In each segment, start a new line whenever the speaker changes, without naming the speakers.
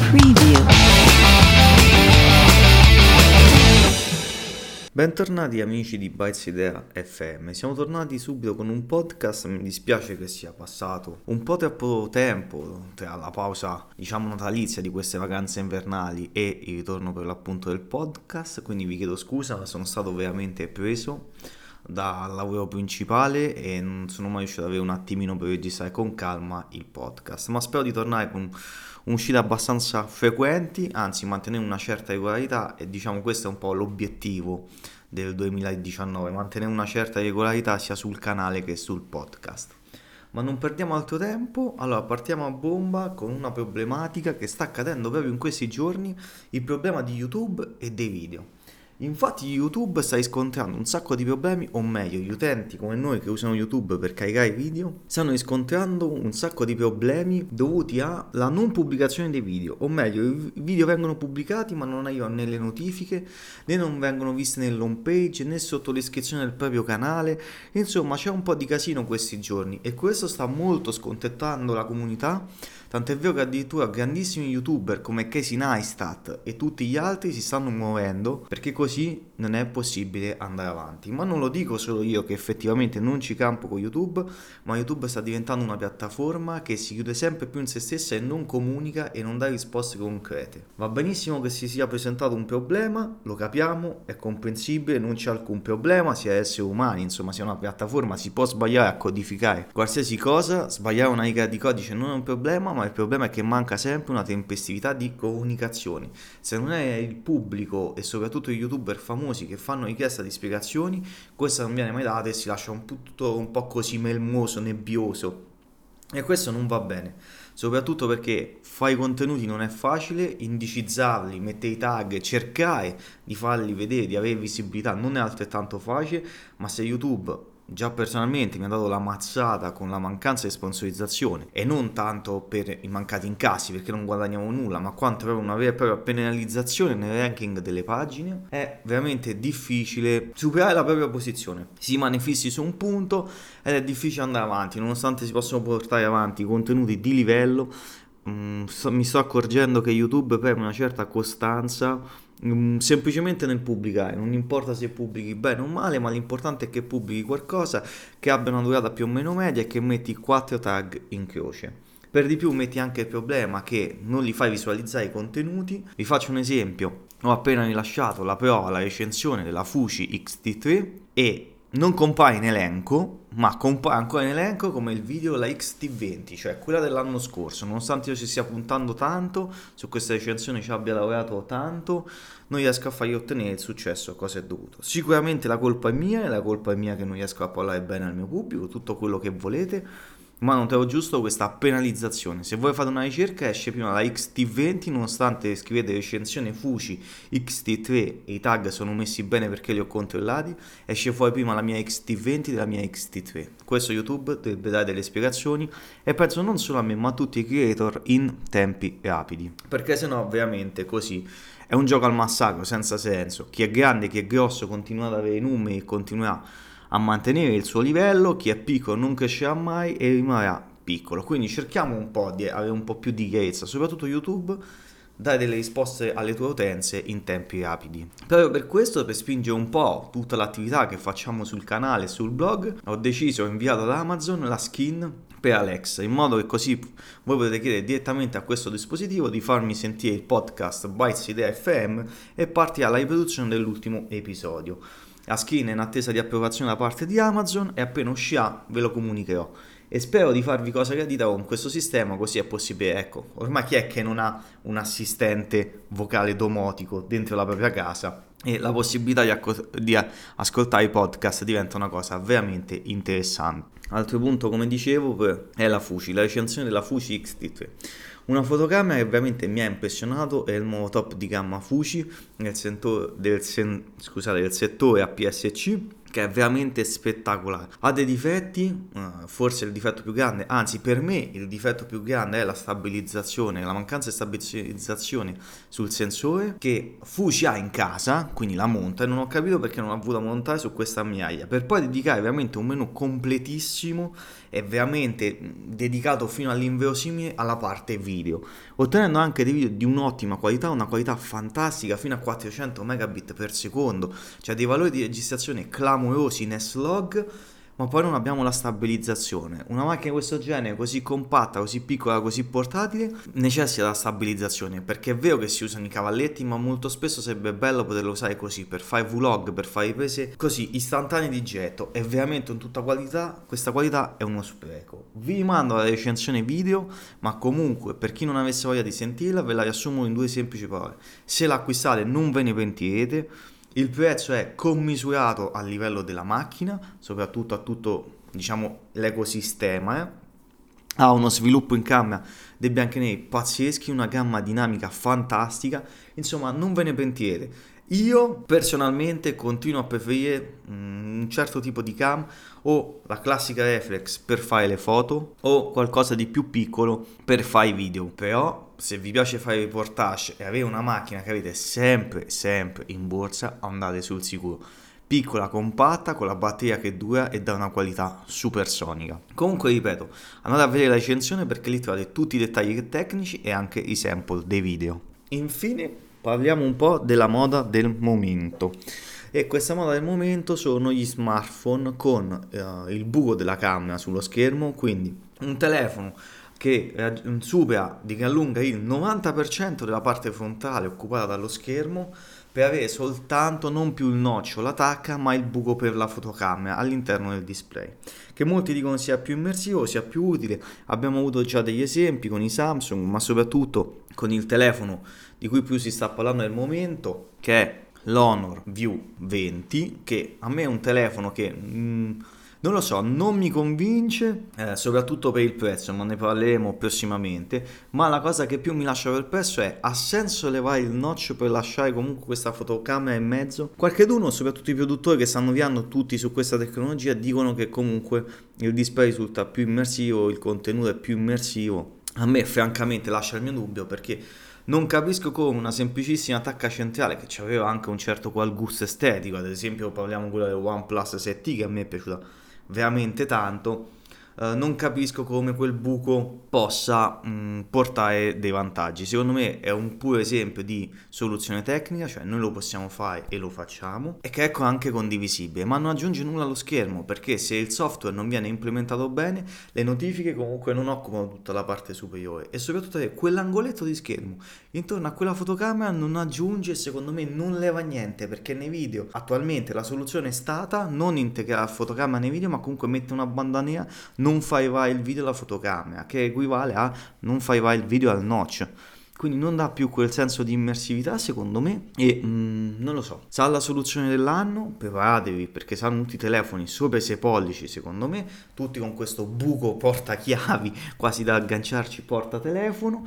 Preview.
Bentornati amici di Bytes Idea FM, siamo tornati subito con un podcast. Mi dispiace che sia passato un po' troppo tempo tra la pausa natalizia di queste vacanze invernali e il ritorno per l'appunto del podcast, quindi vi chiedo scusa, ma sono stato veramente preso dal lavoro principale e non sono mai riuscito ad avere un attimino per registrare con calma il podcast, ma spero di tornare con uscite abbastanza frequenti, anzi mantenere una certa regolarità, e questo è un po' l'obiettivo del 2019, mantenere una certa regolarità sia sul canale che sul podcast. Ma non perdiamo altro tempo, allora partiamo a bomba con una problematica che sta accadendo proprio in questi giorni, il problema di YouTube e dei video. Infatti YouTube sta riscontrando un sacco di problemi, o meglio, gli utenti come noi che usano YouTube per caricare video stanno riscontrando un sacco di problemi dovuti alla non pubblicazione dei video, o meglio, i video vengono pubblicati ma non arrivano nelle notifiche, né non vengono viste nell'home page, né sotto l'iscrizione del proprio canale. Insomma, c'è un po' di casino questi giorni e questo sta molto scontettando la comunità. Tant'è vero che addirittura grandissimi youtuber come Casey Neistat e tutti gli altri si stanno muovendo perché così non è possibile andare avanti. Ma non lo dico solo io che effettivamente non ci campo con YouTube, ma YouTube sta diventando una piattaforma che si chiude sempre più in se stessa e non comunica e non dà risposte concrete. Va benissimo che si sia presentato un problema, lo capiamo, è comprensibile, non c'è alcun problema, si è esseri umani, insomma, sia una piattaforma, si può sbagliare a codificare qualsiasi cosa, sbagliare una riga di codice non è un problema, ma il problema è che manca sempre una tempestività di comunicazioni. Se non è il pubblico e soprattutto i youtuber famosi che fanno richiesta di spiegazioni, questa non viene mai data e si lascia tutto un po' così melmoso, nebbioso, e questo non va bene, soprattutto perché fare i contenuti non è facile, indicizzarli, mettere i tag, cercare di farli vedere, di avere visibilità non è altrettanto facile. Ma se YouTube già personalmente mi ha dato la mazzata con la mancanza di sponsorizzazione, e non tanto per i mancati incassi perché non guadagniamo nulla, ma quanto proprio una vera e propria penalizzazione nel ranking delle pagine, è veramente difficile superare la propria posizione. Si rimane fissi su un punto ed è difficile andare avanti, nonostante si possono portare avanti contenuti di livello. Mi sto accorgendo che YouTube preme una certa costanza semplicemente nel pubblicare, non importa se pubblichi bene o male, ma l'importante è che pubblichi qualcosa che abbia una durata più o meno media e che metti 4 tag in croce. Per di più metti anche il problema che non li fai visualizzare i contenuti. Vi faccio un esempio: ho appena rilasciato la prova, la recensione della Fuji X-T3 e non compare in elenco, ma compare ancora in elenco come il video la X-T20, cioè quella dell'anno scorso. Nonostante io ci stia puntando tanto su questa recensione, ci abbia lavorato tanto, non riesco a fargli ottenere il successo a cosa è dovuto. Sicuramente la colpa è mia, e la colpa è mia che non riesco a parlare bene al mio pubblico, tutto quello che volete, ma non trovo giusto questa penalizzazione. Se voi fate una ricerca esce prima la X-T20, nonostante scrivete recensione Fuji X-T3 e i tag sono messi bene perché li ho controllati, esce fuori prima la mia X-T20 della mia X-T3. Questo YouTube dovrebbe dare delle spiegazioni, e penso non solo a me ma a tutti i creator, in tempi rapidi, perché sennò veramente così è un gioco al massacro senza senso. Chi è grande, chi è grosso continua ad avere i numeri e continuerà a mantenere il suo livello, chi è piccolo non crescerà mai e rimarrà piccolo. Quindi cerchiamo un po' di avere un po' più di chiarezza, soprattutto YouTube, dare delle risposte alle tue utenze in tempi rapidi. Proprio per questo, per spingere un po' tutta l'attività che facciamo sul canale e sul blog, ho inviato ad Amazon la skin per Alexa, in modo che così voi potete chiedere direttamente a questo dispositivo di farmi sentire il podcast Bytes Idea FM e partirà la riproduzione dell'ultimo episodio. La skin è in attesa di approvazione da parte di Amazon e appena uscirà ve lo comunicherò. E spero di farvi cosa gradita con questo sistema, così è possibile, ecco, ormai chi è che non ha un assistente vocale domotico dentro la propria casa, e la possibilità di ascoltare i podcast diventa una cosa veramente interessante. Altro punto, come dicevo, è la Fuji, la recensione della Fuji X-T3. Una fotocamera che veramente mi ha impressionato, è il nuovo top di gamma Fuji del settore APS-C, che è veramente spettacolare. Ha dei difetti, forse il difetto più grande, anzi per me il difetto più grande è la stabilizzazione, la mancanza di stabilizzazione sul sensore che Fuji ha in casa, quindi la monta e non ho capito perché non ha voluto montare su questa ammiraglia, per poi dedicare veramente un menu completissimo e veramente dedicato fino all'inverosimile alla parte video, ottenendo anche dei video di un'ottima qualità, una qualità fantastica fino a 400 megabit per secondo, cioè dei valori di registrazione clamorosi in S-Log, ma poi non abbiamo la stabilizzazione. Una macchina di questo genere, così compatta, così piccola, così portatile, necessita la stabilizzazione, perché è vero che si usano i cavalletti, ma molto spesso sarebbe bello poterlo usare così, per fare vlog, per fare riprese così istantanee di getto. È veramente in tutta qualità, questa qualità è uno spreco. Vi rimando alla recensione video, ma comunque per chi non avesse voglia di sentirla ve la riassumo in 2 semplici parole: se l'acquistate non ve ne pentirete. Il prezzo è commisurato a livello della macchina, soprattutto a tutto, diciamo, l'ecosistema. Ha uno sviluppo in camera dei bianchi e neri pazzeschi, una gamma dinamica fantastica, insomma non ve ne pentirete. Io personalmente continuo a preferire un certo tipo di cam, o la classica reflex per fare le foto o qualcosa di più piccolo per fare i video. Però se vi piace fare reportage e avere una macchina che avete sempre in borsa, andate sul sicuro. Piccola, compatta, con la batteria che dura e dà una qualità supersonica. Comunque ripeto, andate a vedere la recensione perché lì trovate tutti i dettagli tecnici e anche i sample dei video. Infine parliamo un po' della moda del momento. E questa moda del momento sono gli smartphone con il buco della camera sullo schermo, quindi un telefono che supera di gran lunga il 90% della parte frontale occupata dallo schermo, per avere soltanto non più il notch o la tacca, ma il buco per la fotocamera all'interno del display, che molti dicono sia più immersivo, sia più utile. Abbiamo avuto già degli esempi con i Samsung, ma soprattutto con il telefono di cui più si sta parlando nel momento, che è l'Honor View 20, che a me è un telefono che non lo so, non mi convince, soprattutto per il prezzo, ma ne parleremo prossimamente. Ma la cosa che più mi lascia perplesso è: ha senso levare il notch per lasciare comunque questa fotocamera in mezzo? Qualcheduno, soprattutto i produttori che stanno avviando tutti su questa tecnologia, dicono che comunque il display risulta più immersivo, il contenuto è più immersivo. A me francamente lascia il mio dubbio, perché non capisco come una semplicissima tacca centrale, che ci aveva anche un certo qual gusto estetico, ad esempio parliamo quella del OnePlus 7T che a me è piaciuta veramente tanto, non capisco come quel buco possa portare dei vantaggi. Secondo me è un puro esempio di soluzione tecnica, cioè noi lo possiamo fare e lo facciamo, e che ecco anche condivisibile, ma non aggiunge nulla allo schermo, perché se il software non viene implementato bene, le notifiche comunque non occupano tutta la parte superiore, e soprattutto quell'angoletto di schermo intorno a quella fotocamera non aggiunge, secondo me non leva niente, perché nei video attualmente la soluzione è stata non integrare la fotocamera nei video, ma comunque mette una banda nera, non fai va il video alla fotocamera, che equivale a non fai va il video al notch. Quindi non dà più quel senso di immersività, secondo me, e non lo so. Sarà la soluzione dell'anno? Preparatevi, perché saranno tutti i telefoni sopra i 6 pollici, secondo me, tutti con questo buco portachiavi quasi da agganciarci porta telefono,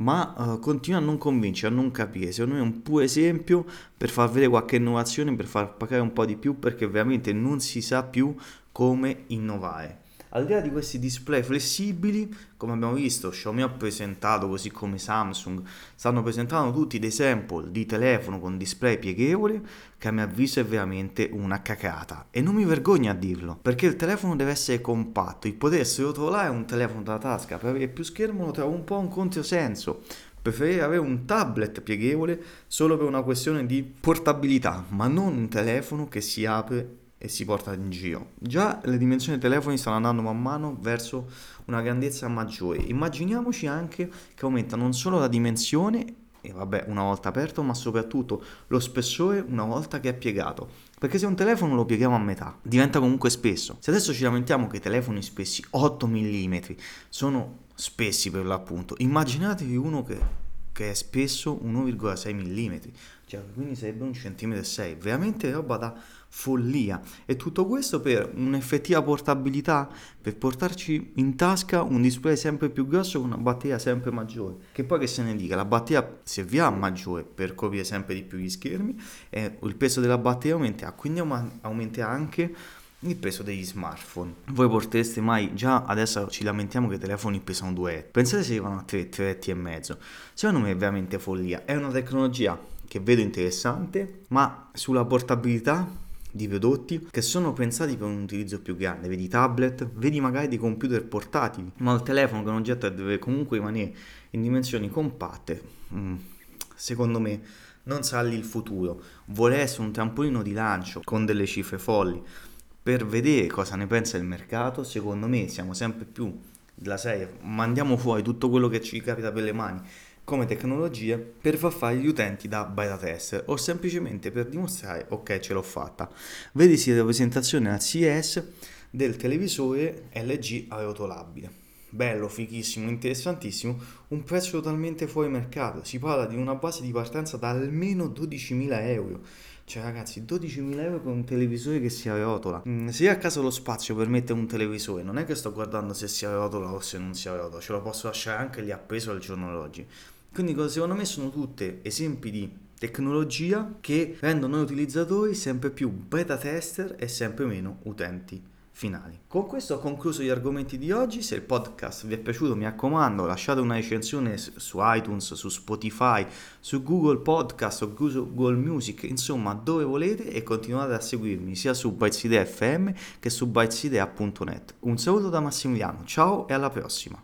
ma continua a non convincere, a non capire. Secondo me è un puro esempio per far vedere qualche innovazione, per far pagare un po' di più, perché veramente non si sa più come innovare. Al di là di questi display flessibili, come abbiamo visto, Xiaomi ha presentato, così come Samsung, stanno presentando tutti dei sample di telefono con display pieghevole, che a mio avviso è veramente una cacata. E non mi vergogno a dirlo, perché il telefono deve essere compatto. Il potersi rotolare un telefono da tasca per avere più schermo lo trovo un po' un controsenso. Preferirei avere un tablet pieghevole solo per una questione di portabilità, ma non un telefono che si apre e si porta in giro. Già le dimensioni dei telefoni stanno andando man mano verso una grandezza maggiore. Immaginiamoci anche che aumenta non solo la dimensione, e vabbè, una volta aperto, ma soprattutto lo spessore una volta che è piegato. Perché se un telefono lo pieghiamo a metà, diventa comunque spesso. Se adesso ci lamentiamo che i telefoni spessi 8 mm sono spessi per l'appunto, immaginatevi uno che che è spesso 1,6 mm, cioè quindi sarebbe un centimetro e 6, veramente roba da follia. E tutto questo per un'effettiva portabilità, per portarci in tasca un display sempre più grosso con una batteria sempre maggiore. Che poi che se ne dica, la batteria servirà maggiore per coprire sempre di più gli schermi e il peso della batteria aumenterà, quindi aumenterà anche il peso degli smartphone. Voi portereste mai, già adesso ci lamentiamo che i telefoni pesano 2 etti, pensate se arrivano a 3 etti e mezzo, secondo me è veramente follia. È una tecnologia che vedo interessante, ma sulla portabilità di prodotti che sono pensati per un utilizzo più grande, vedi tablet, vedi magari dei computer portatili, ma il telefono che è un oggetto che deve comunque rimanere in dimensioni compatte, secondo me non sarà lì il futuro. Vuole essere un trampolino di lancio con delle cifre folli per vedere cosa ne pensa il mercato. Secondo me siamo sempre più della serie, mandiamo fuori tutto quello che ci capita per le mani come tecnologie per far fare gli utenti da beta tester o semplicemente per dimostrare ok ce l'ho fatta. Vedisi la presentazione al CES del televisore LG arrotolabile, bello, fighissimo, interessantissimo, un prezzo totalmente fuori mercato, si parla di una base di partenza da almeno 12.000 euro. Cioè ragazzi, 12.000 euro per un televisore che si arrotola. Se io a casa ho lo spazio per mettere un televisore, non è che sto guardando se si arrotola o se non si arrotola, ce lo posso lasciare anche lì appeso al giorno d'oggi. Quindi secondo me sono tutte esempi di tecnologia che rendono noi utilizzatori sempre più beta tester e sempre meno utenti finali. Con questo ho concluso gli argomenti di oggi. Se il podcast vi è piaciuto, mi raccomando, lasciate una recensione su iTunes, su Spotify, su Google Podcast o Google Music, insomma dove volete, e continuate a seguirmi sia su Bytesidea FM che su bytesidea.net. Un saluto da Massimiliano, ciao e alla prossima.